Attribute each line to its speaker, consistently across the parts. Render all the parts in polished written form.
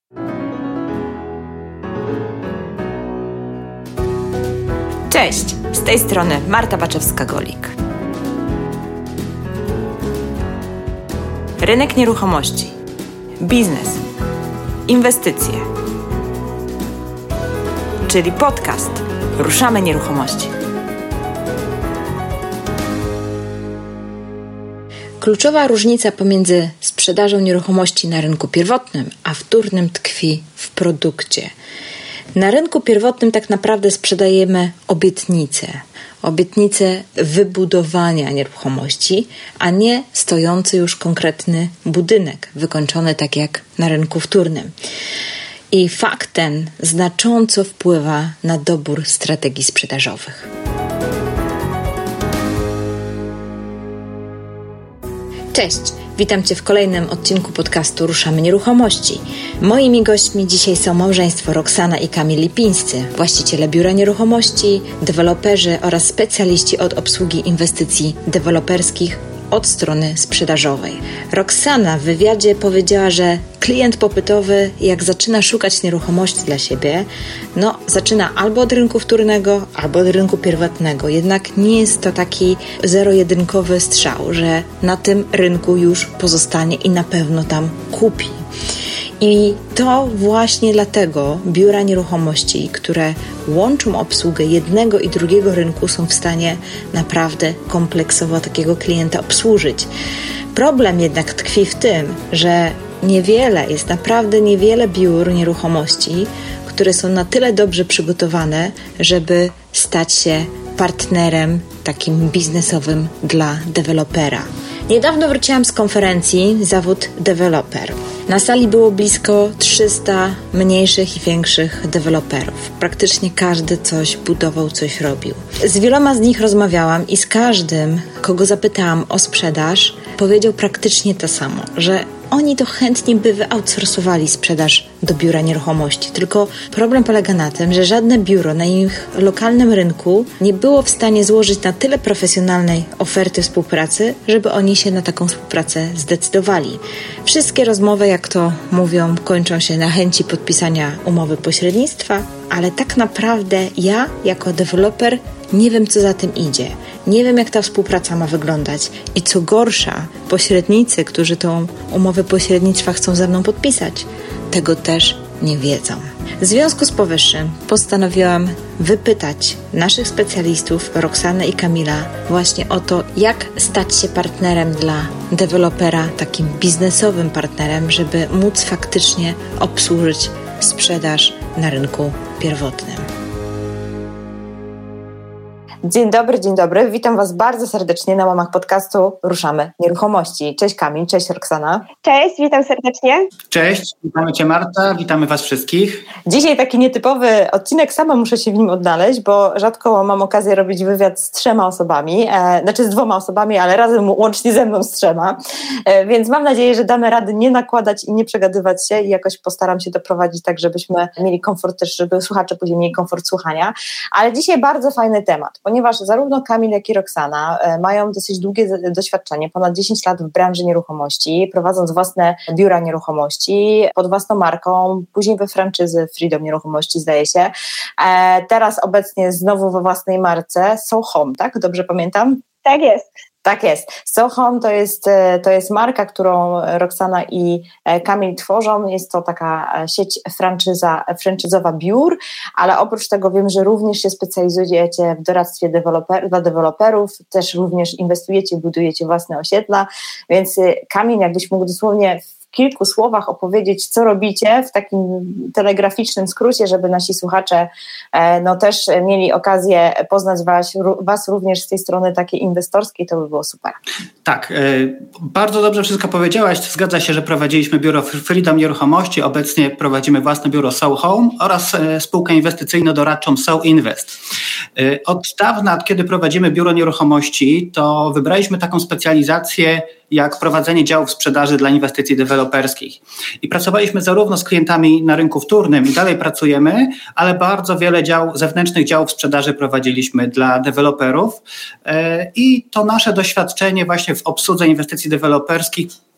Speaker 1: Cześć, z tej strony Marta Baczewska-Golik. Rynek nieruchomości, biznes, inwestycje, czyli podcast Ruszamy Nieruchomości. Kluczowa różnica pomiędzy sprzedażą nieruchomości na rynku pierwotnym a wtórnym tkwi w produkcie. Na rynku pierwotnym tak naprawdę sprzedajemy obietnicę wybudowania nieruchomości, a nie stojący już konkretny budynek, wykończony tak jak na rynku wtórnym. I fakt ten znacząco wpływa na dobór strategii sprzedażowych. Cześć, witam Cię w kolejnym odcinku podcastu Ruszamy Nieruchomości. Moimi gośćmi dzisiaj są małżeństwo Roxana i Kamil Lipińscy, właściciele biura nieruchomości, deweloperzy oraz specjaliści od obsługi inwestycji deweloperskich od strony sprzedażowej. Roxana w wywiadzie powiedziała, że klient popytowy, jak zaczyna szukać nieruchomości dla siebie, zaczyna albo od rynku wtórnego, albo od rynku pierwotnego. Jednak nie jest to taki zero-jedynkowy strzał, że na tym rynku już pozostanie i na pewno tam kupi. I to właśnie dlatego biura nieruchomości, które łączą obsługę jednego i drugiego rynku, są w stanie naprawdę kompleksowo takiego klienta obsłużyć. Problem jednak tkwi w tym, że jest naprawdę niewiele biur nieruchomości, które są na tyle dobrze przygotowane, żeby stać się partnerem takim biznesowym dla dewelopera. Niedawno wróciłam z konferencji Zawód Deweloper. Na sali było blisko 300 mniejszych i większych deweloperów. Praktycznie każdy coś budował, coś robił. Z wieloma z nich rozmawiałam i z każdym, kogo zapytałam o sprzedaż, powiedział praktycznie to samo, że oni to chętnie by wyoutsourcowali sprzedaż do biura nieruchomości. Tylko problem polega na tym, że żadne biuro na ich lokalnym rynku nie było w stanie złożyć na tyle profesjonalnej oferty współpracy, żeby oni się na taką współpracę zdecydowali. Wszystkie rozmowy, jak to mówią, kończą się na chęci podpisania umowy pośrednictwa, ale tak naprawdę ja, jako deweloper, nie wiem, co za tym idzie. Nie wiem, jak ta współpraca ma wyglądać. I co gorsza, pośrednicy, którzy tą umowę pośrednictwa chcą ze mną podpisać, tego też nie wiedzą. W związku z powyższym postanowiłam wypytać naszych specjalistów, Roxanę i Kamila, właśnie o to, jak stać się partnerem dla dewelopera, takim biznesowym partnerem, żeby móc faktycznie obsłużyć sprzedaż na rynku pierwotnym. Dzień dobry. Witam Was bardzo serdecznie na łamach podcastu Ruszamy Nieruchomości. Cześć Kamil, cześć Roxana.
Speaker 2: Cześć, witam serdecznie.
Speaker 3: Cześć, witamy Cię Marta, witamy Was wszystkich.
Speaker 1: Dzisiaj taki nietypowy odcinek, sama muszę się w nim odnaleźć, bo rzadko mam okazję robić wywiad z 3 osobami, z 2 osobami, ale razem łącznie ze mną z 3. Więc mam nadzieję, że damy radę nie nakładać i nie przegadywać się i jakoś postaram się doprowadzić tak, żebyśmy mieli komfort też, żeby słuchacze później mieli komfort słuchania. Ale dzisiaj bardzo fajny temat, ponieważ zarówno Kamil, jak i Roxana mają dosyć długie doświadczenie, ponad 10 lat w branży nieruchomości, prowadząc własne biura nieruchomości pod własną marką, później we franczyzy Freedom Nieruchomości, zdaje się. Teraz obecnie znowu we własnej marce So Home, tak? Dobrze pamiętam?
Speaker 2: Tak jest.
Speaker 1: Tak jest. So Home to jest marka, którą Roxana i Kamil tworzą. Jest to taka sieć franczyzowa biur, ale oprócz tego wiem, że również się specjalizujecie w doradztwie dla deweloperów, też również inwestujecie, budujecie własne osiedla, więc Kamil, jakbyś mógł dosłownie w kilku słowach opowiedzieć, co robicie w takim telegraficznym skrócie, żeby nasi słuchacze też mieli okazję poznać was również z tej strony takiej inwestorskiej, to by było super.
Speaker 3: Tak, bardzo dobrze wszystko powiedziałaś. Zgadza się, że prowadziliśmy biuro Freedom Nieruchomości, obecnie prowadzimy własne biuro So Home oraz spółkę inwestycyjno-doradczą So Invest. Od dawna, kiedy prowadzimy biuro nieruchomości, to wybraliśmy taką specjalizację jak prowadzenie działów sprzedaży dla inwestycji deweloperskich. I pracowaliśmy zarówno z klientami na rynku wtórnym i dalej pracujemy, ale bardzo wiele zewnętrznych działów sprzedaży prowadziliśmy dla deweloperów i to nasze doświadczenie właśnie w obsłudze inwestycji deweloperskich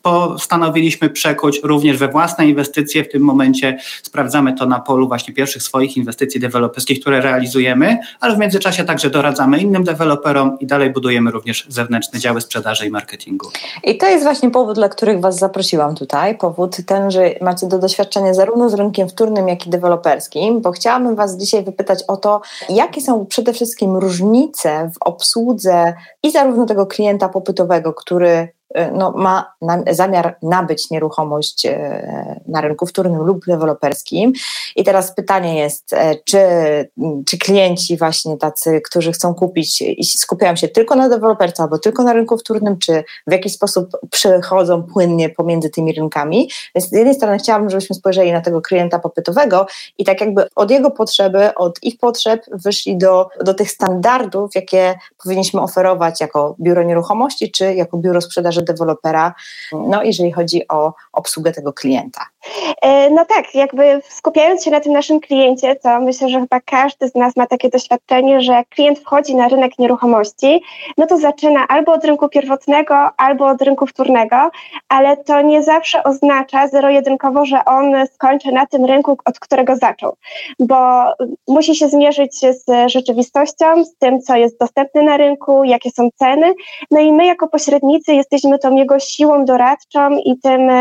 Speaker 3: postanowiliśmy przekuć również we własne inwestycje. W tym momencie sprawdzamy to na polu właśnie pierwszych swoich inwestycji deweloperskich, które realizujemy, ale w międzyczasie także doradzamy innym deweloperom i dalej budujemy również zewnętrzne działy sprzedaży i marketingu.
Speaker 1: I to jest właśnie powód, dla których Was zaprosiłam tutaj. Powód ten, że macie doświadczenie zarówno z rynkiem wtórnym, jak i deweloperskim, bo chciałabym Was dzisiaj wypytać o to, jakie są przede wszystkim różnice w obsłudze i zarówno tego klienta popytowego, który ma zamiar nabyć nieruchomość na rynku wtórnym lub deweloperskim. I teraz pytanie jest, czy klienci właśnie tacy, którzy chcą kupić i skupiają się tylko na deweloperce albo tylko na rynku wtórnym, czy w jakiś sposób przechodzą płynnie pomiędzy tymi rynkami. Więc z jednej strony chciałabym, żebyśmy spojrzeli na tego klienta popytowego i tak jakby od jego potrzeby, od ich potrzeb wyszli do tych standardów, jakie powinniśmy oferować jako biuro nieruchomości, czy jako biuro sprzedaży dewelopera, jeżeli chodzi o obsługę tego klienta.
Speaker 2: No tak, jakby skupiając się na tym naszym kliencie, to myślę, że chyba każdy z nas ma takie doświadczenie, że jak klient wchodzi na rynek nieruchomości, no to zaczyna albo od rynku pierwotnego, albo od rynku wtórnego, ale to nie zawsze oznacza zero-jedynkowo, że on skończy na tym rynku, od którego zaczął, bo musi się zmierzyć z rzeczywistością, z tym, co jest dostępne na rynku, jakie są ceny, no i my jako pośrednicy jesteśmy tą jego siłą doradczą i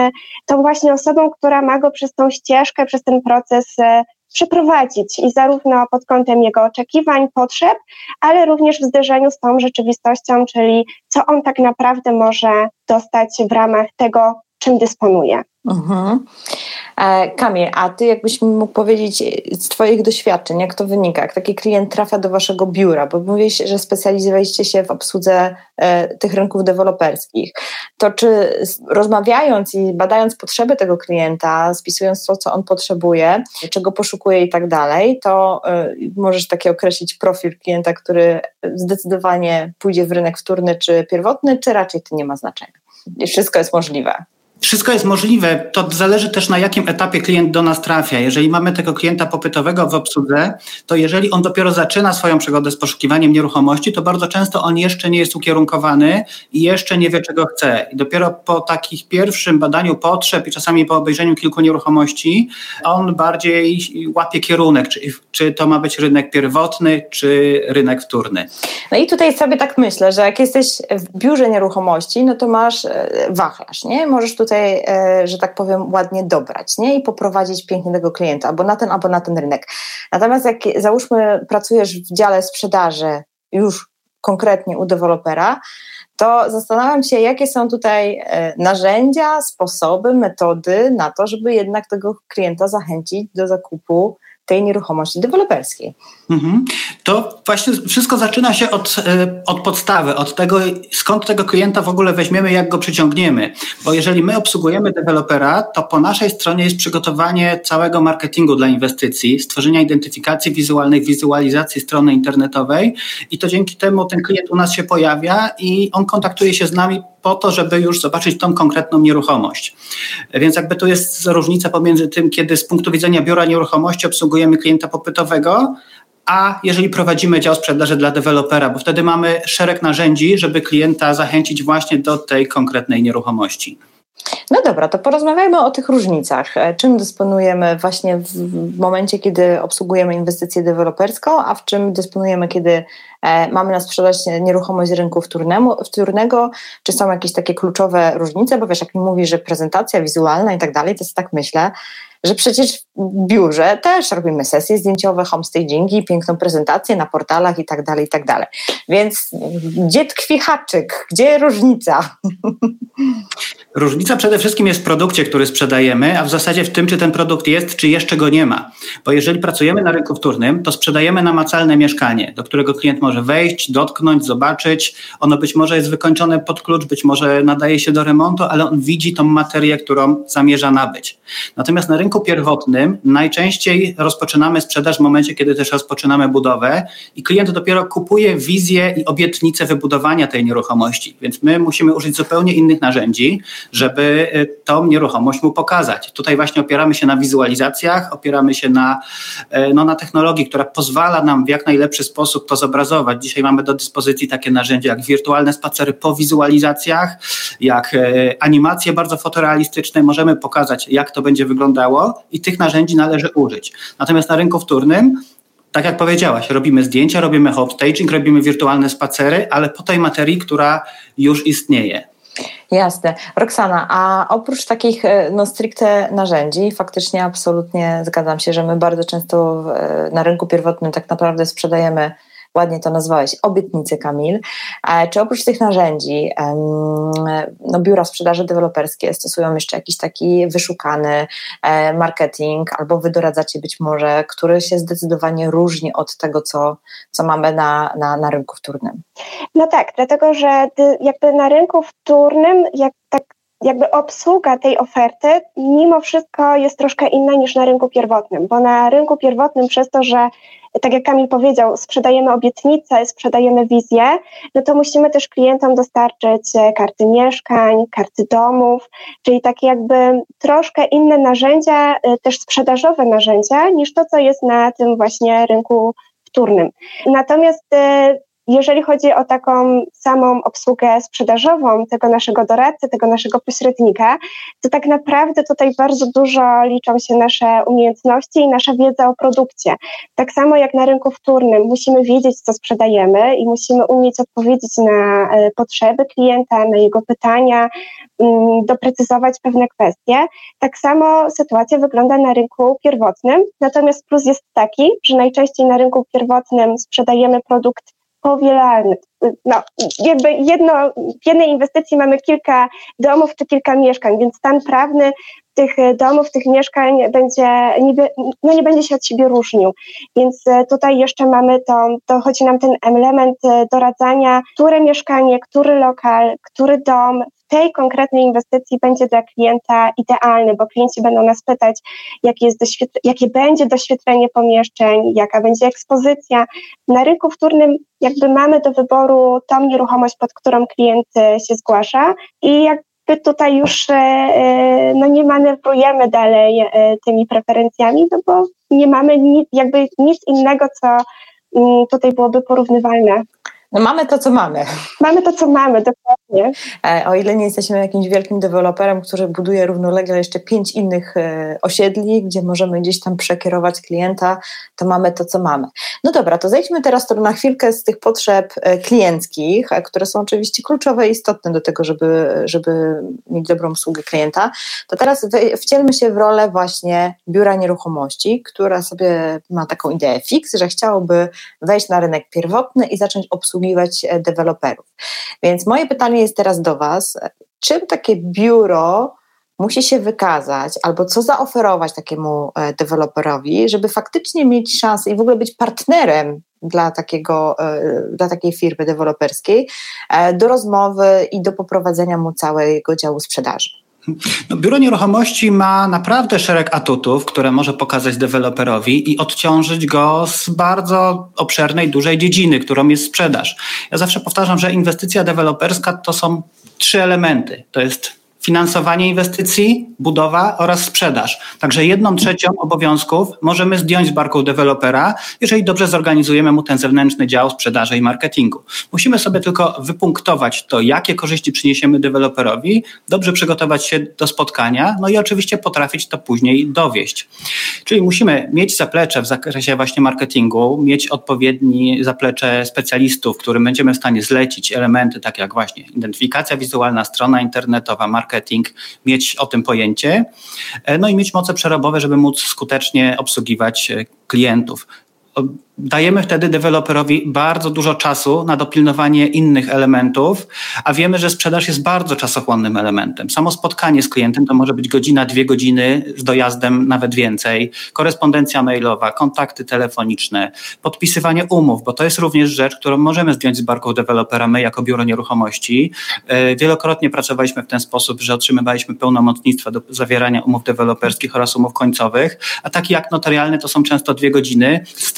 Speaker 2: tą właśnie osobą, która ma go przez tą ścieżkę, przez ten proces przeprowadzić i zarówno pod kątem jego oczekiwań, potrzeb, ale również w zderzeniu z tą rzeczywistością, czyli co on tak naprawdę może dostać w ramach tego, czym dysponuje.
Speaker 1: Mhm. Kamil, a Ty jakbyś mi mógł powiedzieć z Twoich doświadczeń, jak to wynika, jak taki klient trafia do Waszego biura, bo mówisz, że specjalizowaliście się w obsłudze tych rynków deweloperskich, to czy rozmawiając i badając potrzeby tego klienta, spisując to, co on potrzebuje, czego poszukuje i tak dalej, to możesz taki określić profil klienta, który zdecydowanie pójdzie w rynek wtórny czy pierwotny, czy raczej to nie ma znaczenia? Wszystko jest możliwe.
Speaker 3: Wszystko jest możliwe, to zależy też na jakim etapie klient do nas trafia. Jeżeli mamy tego klienta popytowego w obsłudze, to jeżeli on dopiero zaczyna swoją przygodę z poszukiwaniem nieruchomości, to bardzo często on jeszcze nie jest ukierunkowany i jeszcze nie wie, czego chce. I dopiero po takich pierwszym badaniu potrzeb i czasami po obejrzeniu kilku nieruchomości, on bardziej łapie kierunek, czy to ma być rynek pierwotny, czy rynek wtórny.
Speaker 1: No i tutaj sobie tak myślę, że jak jesteś w biurze nieruchomości, no to masz wachlarz, nie? Możesz tutaj, że tak powiem, ładnie dobrać, nie? I poprowadzić pięknie tego klienta, albo na ten rynek. Natomiast jak załóżmy pracujesz w dziale sprzedaży już konkretnie u dewelopera, to zastanawiam się, jakie są tutaj narzędzia, sposoby, metody na to, żeby jednak tego klienta zachęcić do zakupu tej nieruchomości deweloperskiej.
Speaker 3: To właśnie wszystko zaczyna się od podstawy, od tego, skąd tego klienta w ogóle weźmiemy, jak go przyciągniemy. Bo jeżeli my obsługujemy dewelopera, to po naszej stronie jest przygotowanie całego marketingu dla inwestycji, stworzenia identyfikacji wizualnych, wizualizacji strony internetowej i to dzięki temu ten klient u nas się pojawia i on kontaktuje się z nami po to, żeby już zobaczyć tą konkretną nieruchomość. Więc jakby tu jest różnica pomiędzy tym, kiedy z punktu widzenia biura nieruchomości obsługujemy klienta popytowego, a jeżeli prowadzimy dział sprzedaży dla dewelopera, bo wtedy mamy szereg narzędzi, żeby klienta zachęcić właśnie do tej konkretnej nieruchomości.
Speaker 1: No dobra, to porozmawiajmy o tych różnicach. Czym dysponujemy właśnie w momencie, kiedy obsługujemy inwestycję deweloperską, a w czym dysponujemy, kiedy mamy na sprzedać nieruchomość z rynku wtórnego? Czy są jakieś takie kluczowe różnice? Bo wiesz, jak mi mówisz, że prezentacja wizualna i tak dalej, to jest tak myślę, że przecież w biurze też robimy sesje zdjęciowe, homestagingi, piękną prezentację na portalach i tak dalej, i tak dalej. Więc gdzie tkwi haczyk? Gdzie różnica?
Speaker 3: Różnica przede wszystkim jest w produkcie, który sprzedajemy, a w zasadzie w tym, czy ten produkt jest, czy jeszcze go nie ma. Bo jeżeli pracujemy na rynku wtórnym, to sprzedajemy namacalne mieszkanie, do którego klient może wejść, dotknąć, zobaczyć. Ono być może jest wykończone pod klucz, być może nadaje się do remontu, ale on widzi tą materię, którą zamierza nabyć. Natomiast na rynku pierwotnym najczęściej rozpoczynamy sprzedaż w momencie, kiedy też rozpoczynamy budowę i klient dopiero kupuje wizję i obietnicę wybudowania tej nieruchomości. Więc my musimy użyć zupełnie innych narzędzi, żeby tą nieruchomość mu pokazać. Tutaj właśnie opieramy się na wizualizacjach, opieramy się na technologii, która pozwala nam w jak najlepszy sposób to zobrazować. testować. Dzisiaj mamy do dyspozycji takie narzędzia jak wirtualne spacery po wizualizacjach, jak animacje bardzo fotorealistyczne. Możemy pokazać, jak to będzie wyglądało i tych narzędzi należy użyć. Natomiast na rynku wtórnym, tak jak powiedziałaś, robimy zdjęcia, robimy hot staging, robimy wirtualne spacery, ale po tej materii, która już istnieje.
Speaker 1: Jasne. Roxana, a oprócz takich stricte narzędzi, faktycznie absolutnie zgadzam się, że my bardzo często na rynku pierwotnym tak naprawdę sprzedajemy, ładnie to nazwałeś, obietnice, Kamil. Czy oprócz tych narzędzi biura sprzedaży deweloperskie stosują jeszcze jakiś taki wyszukany marketing, albo wy doradzacie być może, który się zdecydowanie różni od tego, co mamy na rynku wtórnym?
Speaker 2: No tak, dlatego że jakby na rynku wtórnym jakby obsługa tej oferty mimo wszystko jest troszkę inna niż na rynku pierwotnym, bo na rynku pierwotnym przez to, że tak jak Kamil powiedział, sprzedajemy obietnice, sprzedajemy wizję, no to musimy też klientom dostarczyć karty mieszkań, karty domów, czyli takie jakby troszkę inne narzędzia, też sprzedażowe narzędzia niż to, co jest na tym właśnie rynku wtórnym. Natomiast jeżeli chodzi o taką samą obsługę sprzedażową tego naszego doradcy, tego naszego pośrednika, to tak naprawdę tutaj bardzo dużo liczą się nasze umiejętności i nasza wiedza o produkcie. Tak samo jak na rynku wtórnym musimy wiedzieć, co sprzedajemy i musimy umieć odpowiedzieć na potrzeby klienta, na jego pytania, doprecyzować pewne kwestie. Tak samo sytuacja wygląda na rynku pierwotnym, natomiast plus jest taki, że najczęściej na rynku pierwotnym sprzedajemy produkt powielalny. No, jakby w jednej inwestycji mamy kilka domów czy kilka mieszkań, więc stan prawny tych domów, tych mieszkań nie będzie się od siebie różnił. Więc tutaj jeszcze mamy dochodzi nam ten element doradzania, które mieszkanie, który lokal, który dom w tej konkretnej inwestycji będzie dla klienta idealny, bo klienci będą nas pytać, jakie będzie doświetlenie pomieszczeń, jaka będzie ekspozycja. Na rynku wtórnym jakby mamy do wyboru tą nieruchomość, pod którą klient się zgłasza i jakby tutaj już nie manewrujemy dalej tymi preferencjami, no bo nie mamy nic innego, co tutaj byłoby porównywalne.
Speaker 1: No mamy to, co mamy.
Speaker 2: Mamy to, co mamy, dokładnie.
Speaker 1: O ile nie jesteśmy jakimś wielkim deweloperem, który buduje równolegle jeszcze 5 innych osiedli, gdzie możemy gdzieś tam przekierować klienta, to mamy to, co mamy. No dobra, to zejdźmy teraz na chwilkę z tych potrzeb klienckich, które są oczywiście kluczowe i istotne do tego, żeby mieć dobrą usługę klienta. To teraz wcielmy się w rolę właśnie biura nieruchomości, która sobie ma taką ideę fix, że chciałoby wejść na rynek pierwotny i zacząć obsługiwać deweloperów. Więc moje pytanie jest teraz do Was, czym takie biuro musi się wykazać, albo co zaoferować takiemu deweloperowi, żeby faktycznie mieć szansę i w ogóle być partnerem dla takiej firmy deweloperskiej do rozmowy i do poprowadzenia mu całego działu sprzedaży.
Speaker 3: No, biuro nieruchomości ma naprawdę szereg atutów, które może pokazać deweloperowi i odciążyć go z bardzo obszernej, dużej dziedziny, którą jest sprzedaż. Ja zawsze powtarzam, że inwestycja deweloperska to są 3 elementy. To jest finansowanie inwestycji, budowa oraz sprzedaż. Także 1/3 obowiązków możemy zdjąć z barków dewelopera, jeżeli dobrze zorganizujemy mu ten zewnętrzny dział sprzedaży i marketingu. Musimy sobie tylko wypunktować to, jakie korzyści przyniesiemy deweloperowi, dobrze przygotować się do spotkania, no i oczywiście potrafić to później dowieść. Czyli musimy mieć zaplecze w zakresie właśnie marketingu, mieć odpowiednie zaplecze specjalistów, którym będziemy w stanie zlecić elementy takie jak właśnie identyfikacja wizualna, strona internetowa, marketing, mieć o tym pojęcie, no i mieć moce przerobowe, żeby móc skutecznie obsługiwać klientów. Dajemy wtedy deweloperowi bardzo dużo czasu na dopilnowanie innych elementów, a wiemy, że sprzedaż jest bardzo czasochłonnym elementem. Samo spotkanie z klientem to może być godzina, 2 godziny z dojazdem nawet więcej, korespondencja mailowa, kontakty telefoniczne, podpisywanie umów, bo to jest również rzecz, którą możemy zdjąć z barków dewelopera my jako biuro nieruchomości. Wielokrotnie pracowaliśmy w ten sposób, że otrzymywaliśmy pełnomocnictwa do zawierania umów deweloperskich oraz umów końcowych, a taki akt notarialny to są często 2 godziny z tylko jednym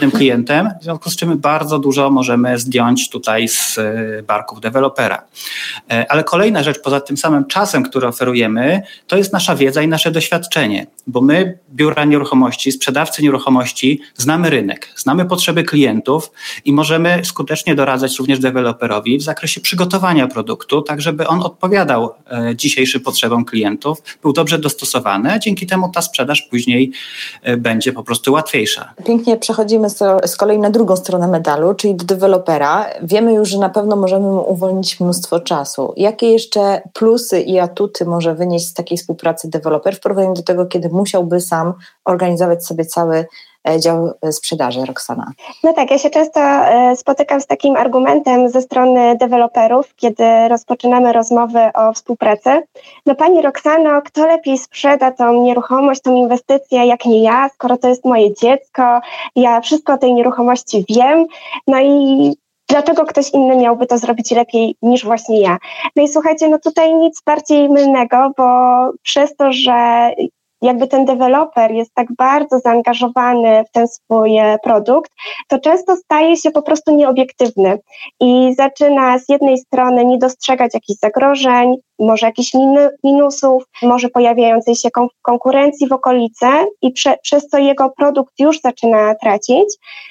Speaker 3: naszym klientem, w związku z czym bardzo dużo możemy zdjąć tutaj z barków dewelopera. Ale kolejna rzecz, poza tym samym czasem, który oferujemy, to jest nasza wiedza i nasze doświadczenie, bo my, biura nieruchomości, sprzedawcy nieruchomości, znamy rynek, znamy potrzeby klientów i możemy skutecznie doradzać również deweloperowi w zakresie przygotowania produktu, tak żeby on odpowiadał dzisiejszym potrzebom klientów, był dobrze dostosowany, a dzięki temu ta sprzedaż później będzie po prostu łatwiejsza.
Speaker 1: Pięknie przechodzimy z kolei na drugą stronę medalu, czyli do dewelopera. Wiemy już, że na pewno możemy mu uwolnić mnóstwo czasu. Jakie jeszcze plusy i atuty może wynieść z takiej współpracy deweloper w porównaniu do tego, kiedy musiałby sam organizować sobie cały dział sprzedaży, Roxana?
Speaker 2: No tak, ja się często spotykam z takim argumentem ze strony deweloperów, kiedy rozpoczynamy rozmowy o współpracy. No pani Roxano, kto lepiej sprzeda tą nieruchomość, tą inwestycję, jak nie ja, skoro to jest moje dziecko, ja wszystko o tej nieruchomości wiem, no i dlaczego ktoś inny miałby to zrobić lepiej niż właśnie ja? No i słuchajcie, no tutaj nic bardziej mylnego, bo przez to, że jakby ten deweloper jest tak bardzo zaangażowany w ten swój produkt, to często staje się po prostu nieobiektywny i zaczyna z jednej strony nie dostrzegać jakichś zagrożeń, może jakichś minusów, może pojawiającej się konkurencji w okolicy i przez co jego produkt już zaczyna tracić.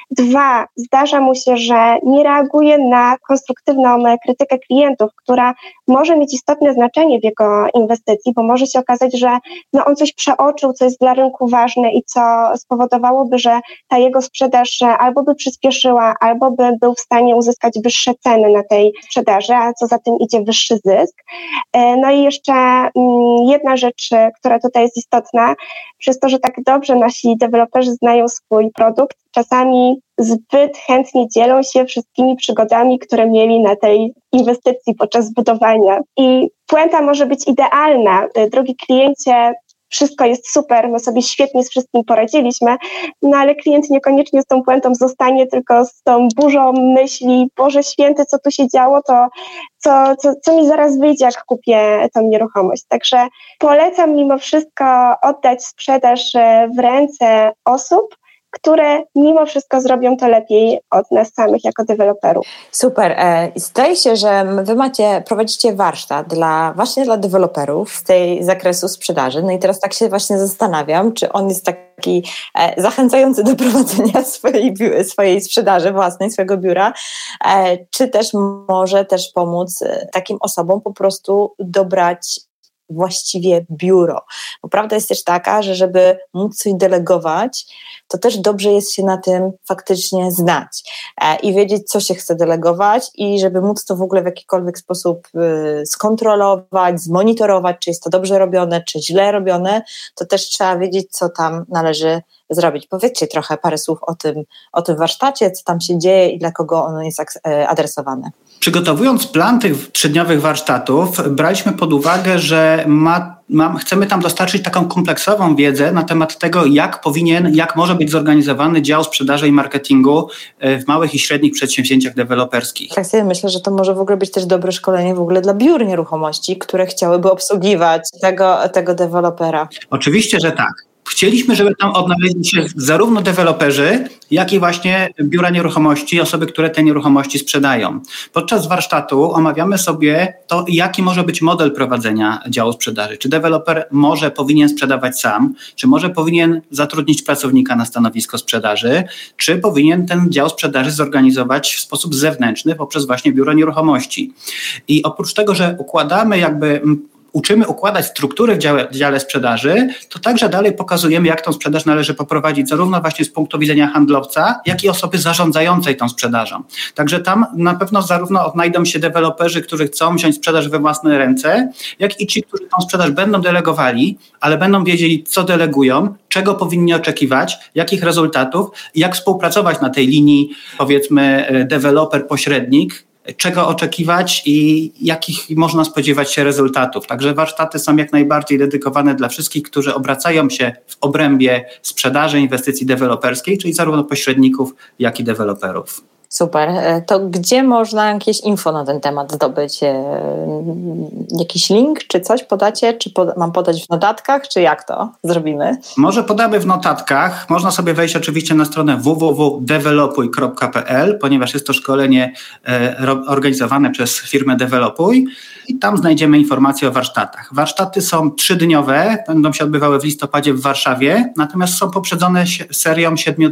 Speaker 2: 2, zdarza mu się, że nie reaguje na konstruktywną krytykę klientów, która może mieć istotne znaczenie w jego inwestycji, bo może się okazać, że no on coś przeoczył, co jest dla rynku ważne i co spowodowało,by, że ta jego sprzedaż albo by przyspieszyła, albo by był w stanie uzyskać wyższe ceny na tej sprzedaży, a co za tym idzie wyższy zysk. No i jeszcze jedna rzecz, która tutaj jest istotna, przez to, że tak dobrze nasi deweloperzy znają swój produkt, czasami zbyt chętnie dzielą się wszystkimi przygodami, które mieli na tej inwestycji podczas budowania. I puenta może być idealna. Drogi kliencie, wszystko jest super, my sobie świetnie z wszystkim poradziliśmy, no ale klient niekoniecznie z tą puentą zostanie, tylko z tą burzą myśli, Boże święty, co tu się działo, to co mi zaraz wyjdzie, jak kupię tą nieruchomość. Także polecam mimo wszystko oddać sprzedaż w ręce osób, które mimo wszystko zrobią to lepiej od nas samych jako deweloperów.
Speaker 1: Super. Zdaje się, że wy prowadzicie warsztat właśnie dla deweloperów z tej zakresu sprzedaży. No i teraz tak się właśnie zastanawiam, czy on jest taki zachęcający do prowadzenia swojej sprzedaży własnej, swojego biura, czy też może też pomóc takim osobom po prostu dobrać właściwie biuro. Bo prawda jest też taka, że żeby móc coś delegować, to też dobrze jest się na tym faktycznie znać i wiedzieć, co się chce delegować i żeby móc to w ogóle w jakikolwiek sposób skontrolować, zmonitorować, czy jest to dobrze robione, czy źle robione, to też trzeba wiedzieć, co tam należy zrobić. Powiedzcie trochę parę słów o tym warsztacie, co tam się dzieje i dla kogo ono jest adresowane.
Speaker 3: Przygotowując plan tych 3-dniowych warsztatów, braliśmy pod uwagę, że chcemy tam dostarczyć taką kompleksową wiedzę na temat tego, jak może być zorganizowany dział sprzedaży i marketingu w małych i średnich przedsięwzięciach deweloperskich.
Speaker 1: Tak sobie myślę, że to może w ogóle być też dobre szkolenie w ogóle dla biur nieruchomości, które chciałyby obsługiwać tego dewelopera.
Speaker 3: Oczywiście, że tak. Chcieliśmy, żeby tam odnaleźli się zarówno deweloperzy, jak i właśnie biura nieruchomości, osoby, które te nieruchomości sprzedają. Podczas warsztatu omawiamy sobie to, jaki może być model prowadzenia działu sprzedaży. Czy deweloper powinien sprzedawać sam, czy powinien zatrudnić pracownika na stanowisko sprzedaży, czy powinien ten dział sprzedaży zorganizować w sposób zewnętrzny poprzez właśnie biuro nieruchomości. I oprócz tego, że uczymy układać struktury w dziale sprzedaży, to także dalej pokazujemy, jak tą sprzedaż należy poprowadzić zarówno właśnie z punktu widzenia handlowca, jak i osoby zarządzającej tą sprzedażą. Także tam na pewno zarówno odnajdą się deweloperzy, którzy chcą wziąć sprzedaż we własne ręce, jak i ci, którzy tą sprzedaż będą delegowali, ale będą wiedzieli, co delegują, czego powinni oczekiwać, jakich rezultatów i jak współpracować na tej linii, powiedzmy, deweloper-pośrednik, czego oczekiwać i jakich można spodziewać się rezultatów. Także warsztaty są jak najbardziej dedykowane dla wszystkich, którzy obracają się w obrębie sprzedaży inwestycji deweloperskiej, czyli zarówno pośredników, jak i deweloperów.
Speaker 1: Super. To gdzie można jakieś info na ten temat zdobyć? Jakiś link, czy coś podacie? Czy mam podać w notatkach, czy jak to zrobimy?
Speaker 3: Może podamy w notatkach. Można sobie wejść oczywiście na stronę www.developuj.pl, ponieważ jest to szkolenie organizowane przez firmę Developuj i tam znajdziemy informacje o warsztatach. Warsztaty są 3-dniowe, będą się odbywały w listopadzie w Warszawie, natomiast są poprzedzone serią 7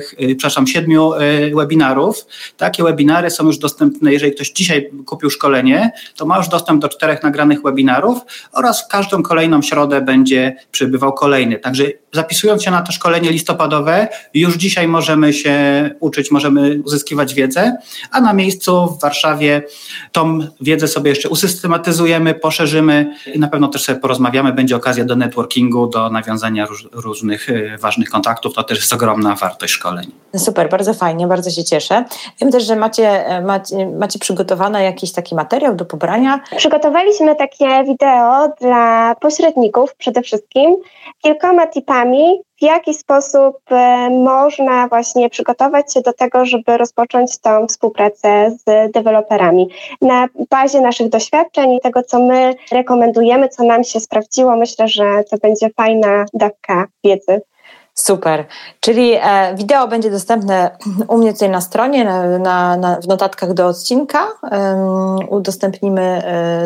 Speaker 3: webinarów. Takie webinary są już dostępne, jeżeli ktoś dzisiaj kupił szkolenie, to ma już dostęp do 4 nagranych webinarów oraz w każdą kolejną środę będzie przybywał kolejny. Także zapisując się na to szkolenie listopadowe, już dzisiaj możemy się uczyć, możemy uzyskiwać wiedzę, a na miejscu w Warszawie tą wiedzę sobie jeszcze usystematyzujemy, poszerzymy i na pewno też sobie porozmawiamy. Będzie okazja do networkingu, do nawiązania różnych ważnych kontaktów. To też jest ogromna wartość szkoleń.
Speaker 1: Super, bardzo fajnie, bardzo się cieszę. Wiem też, że macie przygotowane jakiś taki materiał do pobrania.
Speaker 2: Przygotowaliśmy takie wideo dla pośredników przede wszystkim, kilkoma tipami, w jaki sposób można właśnie przygotować się do tego, żeby rozpocząć tą współpracę z deweloperami. Na bazie naszych doświadczeń i tego, co my rekomendujemy, co nam się sprawdziło, myślę, że to będzie fajna dawka wiedzy.
Speaker 1: Super, czyli wideo będzie dostępne u mnie tutaj na stronie, w notatkach do odcinka. Udostępnimy,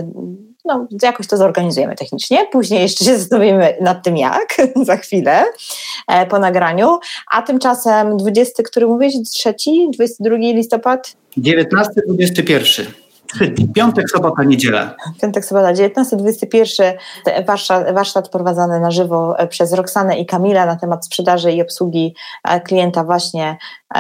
Speaker 1: jakoś to zorganizujemy technicznie. Później jeszcze się zastanowimy nad tym jak, za chwilę, po nagraniu. A tymczasem 20, który mówisz, 22 listopad?
Speaker 3: 19-21. Piątek, sobota, niedziela.
Speaker 1: Piątek, sobota, 19-21. Warsztat prowadzony na żywo przez Roxanę i Kamila na temat sprzedaży i obsługi klienta właśnie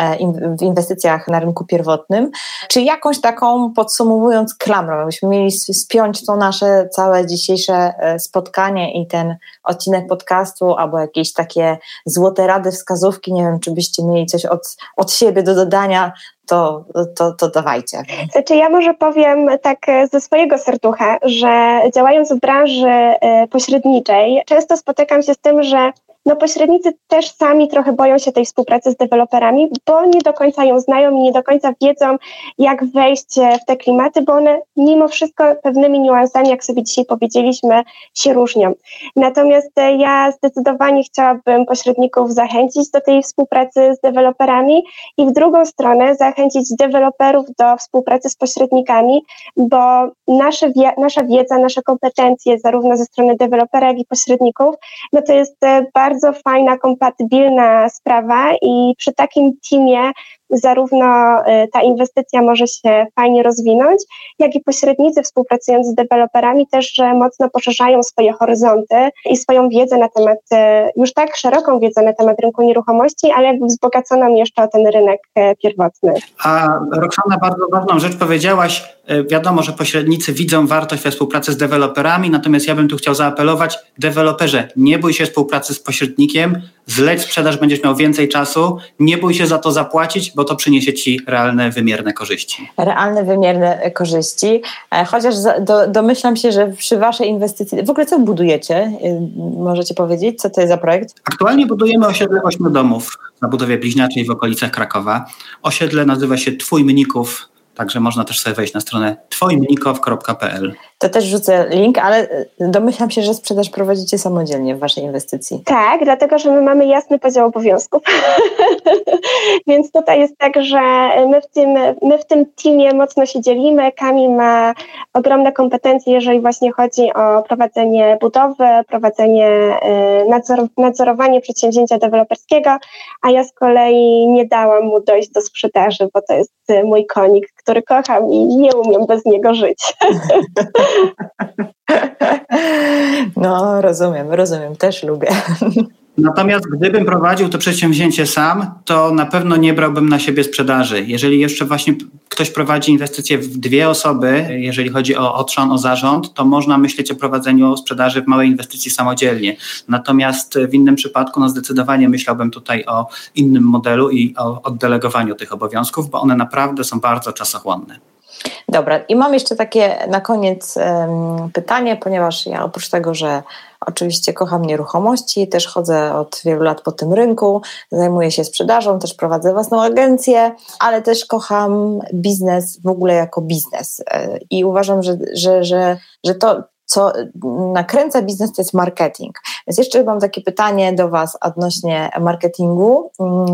Speaker 1: w inwestycjach na rynku pierwotnym. Czy jakąś taką, podsumowując klamrą, byśmy mieli spiąć to nasze całe dzisiejsze spotkanie i ten odcinek podcastu, albo jakieś takie złote rady, wskazówki, nie wiem, czy byście mieli coś od siebie do dodania, to dawajcie.
Speaker 2: Znaczy ja może powiem tak ze swojego serducha, że działając w branży pośredniczej, często spotykam się z tym, że pośrednicy też sami trochę boją się tej współpracy z deweloperami, bo nie do końca ją znają i nie do końca wiedzą, jak wejść w te klimaty, bo one mimo wszystko pewnymi niuansami, jak sobie dzisiaj powiedzieliśmy, się różnią. Natomiast ja zdecydowanie chciałabym pośredników zachęcić do tej współpracy z deweloperami i w drugą stronę zachęcić deweloperów do współpracy z pośrednikami, bo nasza wiedza, nasze kompetencje zarówno ze strony dewelopera, jak i pośredników, to jest bardzo fajna, kompatybilna sprawa i przy takim teamie zarówno ta inwestycja może się fajnie rozwinąć, jak i pośrednicy współpracując z deweloperami też mocno poszerzają swoje horyzonty i swoją wiedzę na temat, już tak szeroką wiedzę na temat rynku nieruchomości, ale jakby wzbogaconą jeszcze o ten rynek pierwotny.
Speaker 3: A Roxana, bardzo ważną rzecz powiedziałaś. Wiadomo, że pośrednicy widzą wartość we współpracy z deweloperami, natomiast ja bym tu chciał zaapelować, deweloperze, nie bój się współpracy z pośrednikiem, zleć sprzedaż, będziesz miał więcej czasu, nie bój się za to zapłacić, bo to przyniesie ci realne, wymierne korzyści.
Speaker 1: Realne, wymierne korzyści, chociaż domyślam się, że przy waszej inwestycji, w ogóle co budujecie? Możecie powiedzieć, co to jest za projekt?
Speaker 3: Aktualnie budujemy osiedle 8 domów na budowie bliźniaczej w okolicach Krakowa. Osiedle nazywa się Twój Mnichów, także można też sobie wejść na stronę twojmnichów.pl.
Speaker 1: To też rzucę link, ale domyślam się, że sprzedaż prowadzicie samodzielnie w waszej inwestycji.
Speaker 2: Tak, dlatego, że my mamy jasny podział obowiązków. Więc tutaj jest tak, że my w tym teamie mocno się dzielimy. Kamil ma ogromne kompetencje, jeżeli właśnie chodzi o prowadzenie budowy, nadzorowanie przedsięwzięcia deweloperskiego, a ja z kolei nie dałam mu dojść do sprzedaży, bo to jest mój konik, który kocham i nie umiem bez niego żyć.
Speaker 1: No, rozumiem, też lubię.
Speaker 3: Natomiast gdybym prowadził to przedsięwzięcie sam, to na pewno nie brałbym na siebie sprzedaży. Jeżeli jeszcze właśnie ktoś prowadzi inwestycje w 2 osoby, jeżeli chodzi o otrzon, o zarząd, to można myśleć o prowadzeniu sprzedaży w małej inwestycji samodzielnie. Natomiast w innym przypadku zdecydowanie myślałbym tutaj o innym modelu i o oddelegowaniu tych obowiązków, bo one naprawdę są bardzo czasochłonne.
Speaker 1: Dobra, i mam jeszcze takie na koniec pytanie, ponieważ ja oprócz tego, że oczywiście kocham nieruchomości, też chodzę od wielu lat po tym rynku, zajmuję się sprzedażą, też prowadzę własną agencję, ale też kocham biznes w ogóle jako biznes i uważam, że to, co nakręca biznes, to jest marketing. Więc jeszcze mam takie pytanie do Was odnośnie marketingu,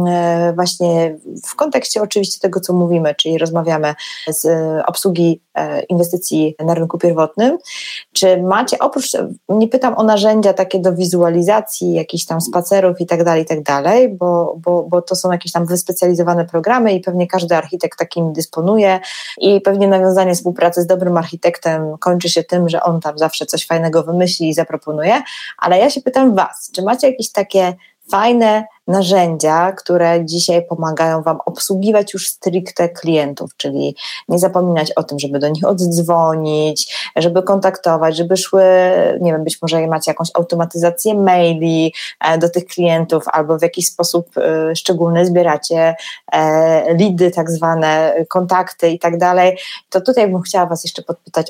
Speaker 1: właśnie w kontekście oczywiście tego, co mówimy, czyli rozmawiamy z obsługi inwestycji na rynku pierwotnym. Czy macie, oprócz, nie pytam o narzędzia takie do wizualizacji, jakichś tam spacerów i tak dalej, bo to są jakieś tam wyspecjalizowane programy i pewnie każdy architekt takim dysponuje i pewnie nawiązanie współpracy z dobrym architektem kończy się tym, że on tam zawsze coś fajnego wymyśli i zaproponuje, ale ja się pytam Was, czy macie jakieś takie fajne narzędzia, które dzisiaj pomagają Wam obsługiwać już stricte klientów, czyli nie zapominać o tym, żeby do nich oddzwonić, żeby kontaktować, żeby szły, nie wiem, być może macie jakąś automatyzację maili do tych klientów albo w jakiś sposób szczególny zbieracie leady, tak zwane kontakty i tak dalej, to tutaj bym chciała Was jeszcze podpytać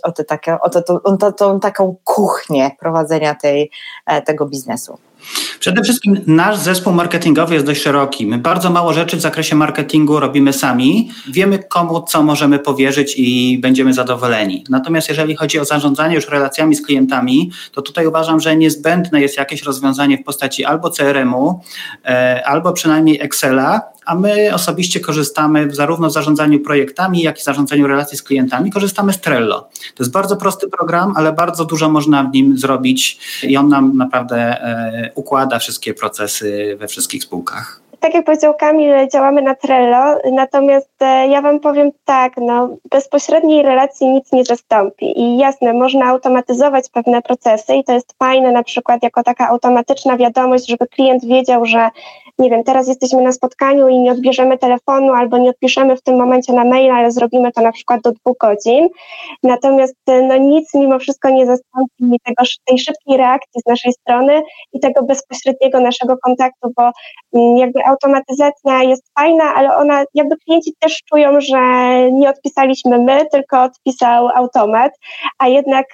Speaker 1: o tą taką kuchnię prowadzenia tego biznesu.
Speaker 3: Przede wszystkim nasz zespół marketingowy jest dość szeroki. My bardzo mało rzeczy w zakresie marketingu robimy sami. Wiemy, komu co możemy powierzyć i będziemy zadowoleni. Natomiast jeżeli chodzi o zarządzanie już relacjami z klientami, to tutaj uważam, że niezbędne jest jakieś rozwiązanie w postaci albo CRM-u, albo przynajmniej Excela, a my osobiście korzystamy zarówno w zarządzaniu projektami, jak i w zarządzaniu relacji z klientami, korzystamy z Trello. To jest bardzo prosty program, ale bardzo dużo można w nim zrobić i on nam naprawdę układa wszystkie procesy we wszystkich spółkach.
Speaker 2: Tak jak powiedział Kamil, działamy na Trello, natomiast ja Wam powiem tak, bezpośredniej relacji nic nie zastąpi i jasne, można automatyzować pewne procesy i to jest fajne na przykład jako taka automatyczna wiadomość, żeby klient wiedział, że nie wiem, teraz jesteśmy na spotkaniu i nie odbierzemy telefonu albo nie odpiszemy w tym momencie na maila, ale zrobimy to na przykład do 2 godzin. Natomiast nic mimo wszystko nie zastąpi tej szybkiej reakcji z naszej strony i tego bezpośredniego naszego kontaktu, bo jakby automatyzacja jest fajna, ale ona jakby klienci też czują, że nie odpisaliśmy my, tylko odpisał automat, a jednak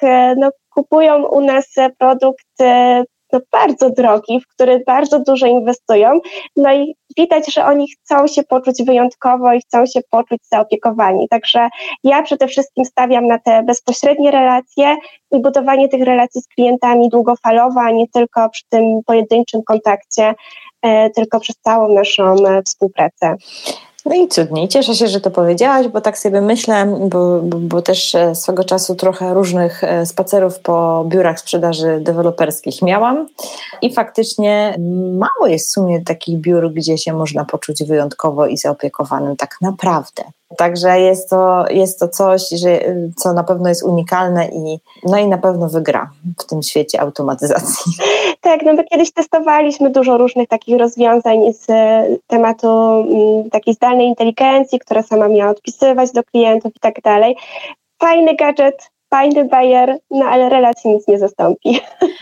Speaker 2: kupują u nas produkt bardzo drogi, w który bardzo dużo inwestują, i widać, że oni chcą się poczuć wyjątkowo i chcą się poczuć zaopiekowani. Także ja przede wszystkim stawiam na te bezpośrednie relacje i budowanie tych relacji z klientami długofalowo, a nie tylko przy tym pojedynczym kontakcie, tylko przez całą naszą współpracę.
Speaker 1: No i cudnie. Cieszę się, że to powiedziałaś, bo tak sobie myślę, bo też swego czasu trochę różnych spacerów po biurach sprzedaży deweloperskich miałam i faktycznie mało jest w sumie takich biur, gdzie się można poczuć wyjątkowo i zaopiekowanym tak naprawdę. Także jest to coś, co na pewno jest unikalne i na pewno wygra w tym świecie automatyzacji.
Speaker 2: Tak, my kiedyś testowaliśmy dużo różnych takich rozwiązań z tematu takiej zdalnej inteligencji, która sama miała odpisywać do klientów i tak dalej. Fajny gadżet, fajny bajer, ale relacji nic nie zastąpi.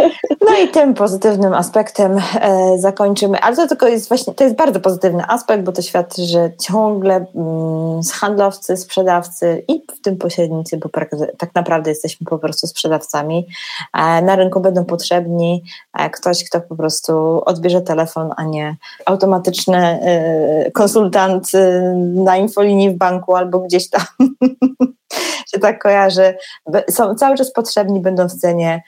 Speaker 1: No i tym pozytywnym aspektem zakończymy. Ale to jest bardzo pozytywny aspekt, bo to świadczy, że ciągle handlowcy, sprzedawcy i w tym pośrednicy, bo tak naprawdę jesteśmy po prostu sprzedawcami, na rynku będą potrzebni ktoś, kto po prostu odbierze telefon, a nie automatyczny konsultant na infolinii w banku albo gdzieś tam. Się tak kojarzy, są cały czas potrzebni, będą w cenie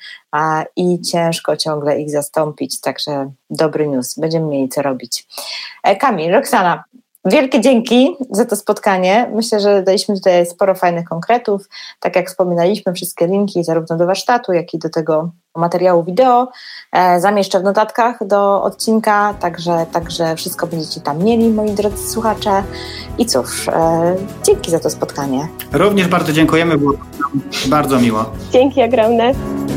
Speaker 1: i ciężko ciągle ich zastąpić, także dobry news, będziemy mieli co robić. Kamil, Roxana, wielkie dzięki za to spotkanie. Myślę, że daliśmy tutaj sporo fajnych konkretów. Tak jak wspominaliśmy, wszystkie linki zarówno do warsztatu, jak i do tego materiału wideo zamieszczę w notatkach do odcinka, także wszystko będziecie tam mieli, moi drodzy słuchacze. I cóż, dzięki za to spotkanie.
Speaker 3: Również bardzo dziękujemy, było bardzo miło.
Speaker 2: Dzięki ogromne.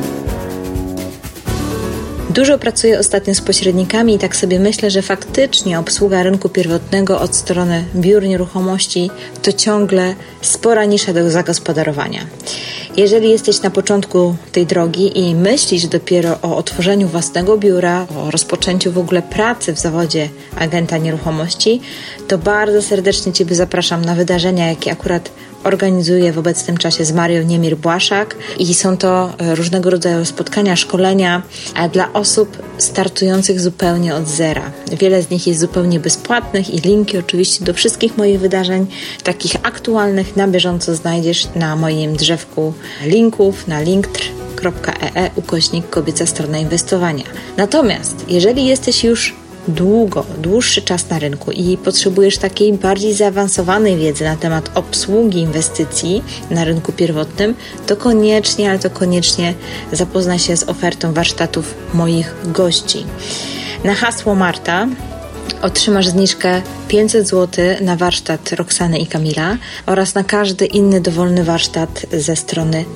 Speaker 1: Dużo pracuję ostatnio z pośrednikami i tak sobie myślę, że faktycznie obsługa rynku pierwotnego od strony biur nieruchomości to ciągle spora nisza do zagospodarowania. Jeżeli jesteś na początku tej drogi i myślisz dopiero o otworzeniu własnego biura, o rozpoczęciu w ogóle pracy w zawodzie agenta nieruchomości, to bardzo serdecznie Ciebie zapraszam na wydarzenia, jakie akurat organizuję w obecnym czasie z Marią Niemir-Błaszak i są to różnego rodzaju spotkania, szkolenia dla osób startujących zupełnie od zera. Wiele z nich jest zupełnie bezpłatnych i linki oczywiście do wszystkich moich wydarzeń, takich aktualnych, na bieżąco znajdziesz na moim drzewku linków na linktr.ee/kobieca strona inwestowania. Natomiast jeżeli jesteś już dłuższy czas na rynku i potrzebujesz takiej bardziej zaawansowanej wiedzy na temat obsługi inwestycji na rynku pierwotnym, to koniecznie zapoznaj się z ofertą warsztatów moich gości. Na hasło Marta otrzymasz zniżkę 500 zł na warsztat Roxany i Kamila oraz na każdy inny dowolny warsztat ze strony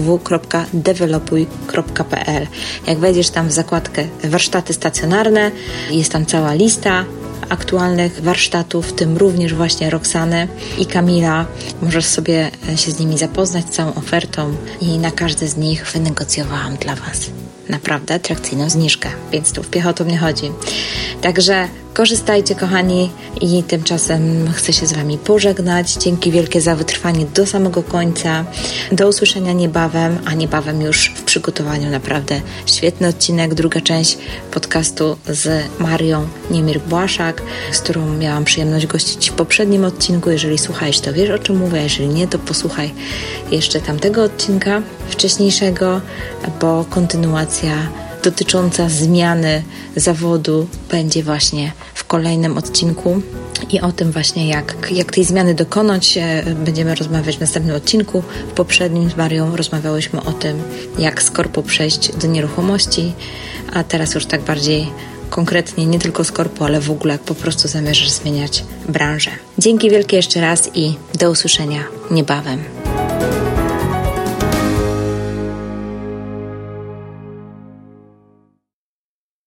Speaker 1: www.developuj.pl. Jak wejdziesz tam w zakładkę warsztaty stacjonarne, jest tam cała lista aktualnych warsztatów, w tym również właśnie Roxany i Kamila. Możesz sobie się z nimi zapoznać, z całą ofertą i na każdy z nich wynegocjowałam dla Was naprawdę atrakcyjną zniżkę, więc tu w piechotą nie chodzi. Także korzystajcie, kochani, i tymczasem chcę się z Wami pożegnać. Dzięki wielkie za wytrwanie do samego końca. Do usłyszenia niebawem, a niebawem już w przygotowaniu naprawdę świetny odcinek, druga część podcastu z Marią Niemir-Błaszak, z którą miałam przyjemność gościć w poprzednim odcinku. Jeżeli słuchałeś, to wiesz, o czym mówię, jeżeli nie, to posłuchaj jeszcze tamtego odcinka wcześniejszego, bo kontynuacja dotycząca zmiany zawodu będzie właśnie w kolejnym odcinku i o tym właśnie jak tej zmiany dokonać będziemy rozmawiać w następnym odcinku. W poprzednim z Marią rozmawiałyśmy o tym, jak z korpo przejść do nieruchomości, a teraz już tak bardziej konkretnie, nie tylko z korpo, ale w ogóle jak po prostu zamierzasz zmieniać branżę. Dzięki wielkie jeszcze raz i do usłyszenia niebawem.